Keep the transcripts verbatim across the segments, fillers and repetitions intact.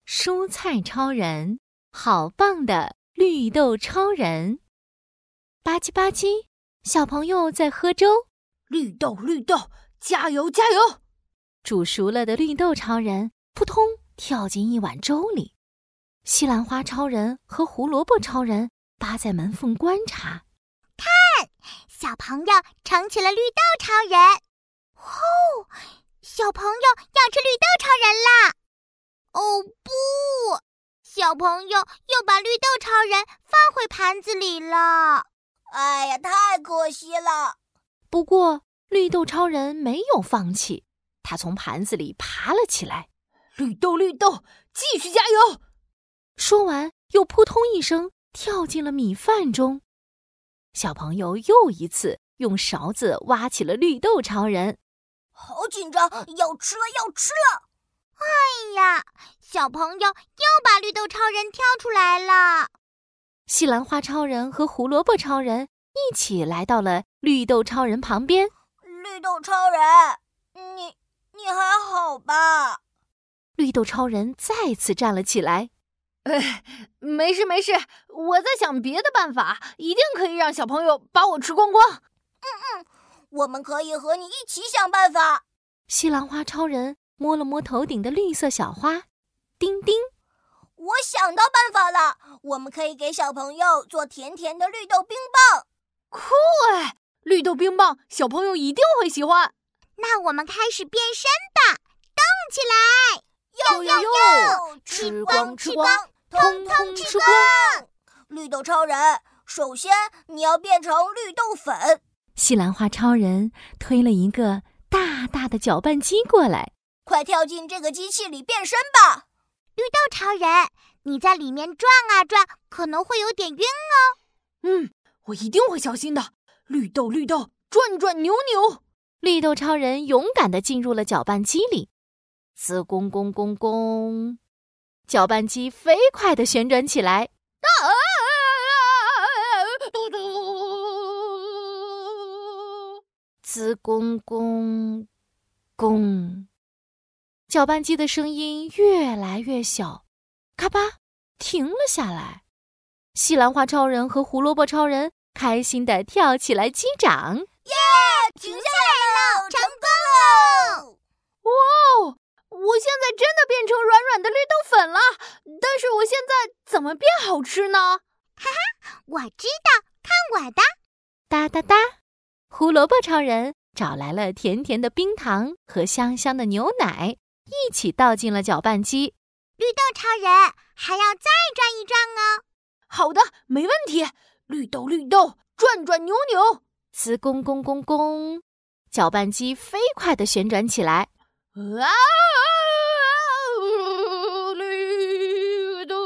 蔬菜超人，好棒的绿豆超人。吧唧吧唧，小朋友在喝粥。 绿豆绿豆，加油加油！ 煮熟了的绿豆超人扑通跳进一碗粥里。西兰花超人和胡萝卜超人扒在门缝观察。 看，小朋友盛起了绿豆超人。哦，小朋友要吃绿豆超人啦！哦不，小朋友又把绿豆超人放回盘子里了。 哎呀，太可惜了。 不过绿豆超人没有放弃，他从盘子里爬了起来。 绿豆绿豆，继续加油！ 说完又扑通一声跳进了米饭中。小朋友又一次用勺子挖起了绿豆超人。 好紧张，要吃了要吃了！ 哎呀，小朋友又把绿豆超人挑出来了。 西兰花超人和胡萝卜超人一起来到了绿豆超人旁边。 绿豆超人，你你还好吧？ 绿豆超人再次站了起来。 哎，没事没事，我在想别的办法，一定可以让小朋友把我吃光光。 嗯嗯，我们可以和你一起想办法。 西兰花超人摸了摸头顶的绿色小花，叮叮。 我想到办法了，我们可以给小朋友做甜甜的绿豆冰棒。 酷哎！绿豆冰棒，小朋友一定会喜欢。 那我们开始变身吧，动起来！ 哟哟哟！吃光吃光，通通吃光！绿豆超人，首先你要变成绿豆粉。 西兰花超人推了一个大大的搅拌机过来， 快跳进这个机器里变身吧！ 绿豆超人，你在里面转啊转，可能会有点晕哦。 嗯，我一定会小心的。绿豆绿豆，转转扭扭。 绿豆超人勇敢地进入了搅拌机里，滋公公公公，搅拌机飞快地旋转起来。啊啊嘟嘟，滋公公公，搅拌机的声音越来越小，咔吧，停了下来。西兰花超人和胡萝卜超人开心地跳起来击掌。 耶！停下来了，成功了！ 哇哦，我现在真的变成软软的绿豆粉了，但是我现在怎么变好吃呢？ 哈哈，我知道，看我的！ 哒哒哒，胡萝卜超人找来了甜甜的冰糖和香香的牛奶，一起倒进了搅拌机。 绿豆超人还要再转一转哦。 好的，没问题。绿豆绿豆，转转扭扭。 滋公公公公，搅拌机飞快地旋转起来。 啊！绿豆，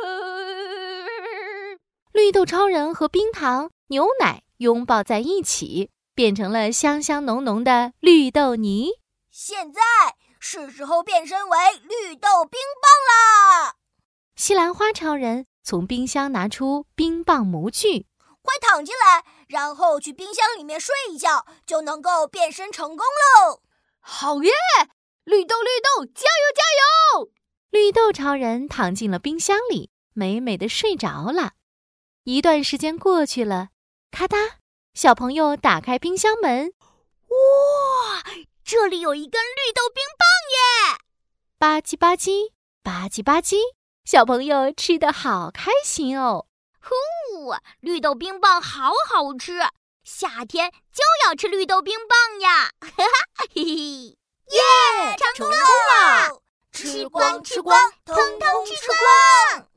绿豆超人和冰糖、牛奶拥抱在一起，变成了香香浓浓的绿豆泥。 现在是时候变身为绿豆冰棒啦！ 西兰花超人从冰箱拿出冰棒模具， 快躺进来，然后去冰箱里面睡一觉，就能够变身成功喽！ 好耶！绿豆绿豆，加油加油！ 绿豆超人躺进了冰箱里，美美的睡着了。一段时间过去了，咔嗒，小朋友打开冰箱门， 哇，这里有一根绿豆冰棒耶！ 吧唧吧唧，吧唧吧唧，小朋友吃得好开心哦。 呼，绿豆冰棒好好吃，夏天就要吃绿豆冰棒呀！哈哈，嘿嘿， 耶，成功了！吃光吃光，通通吃光！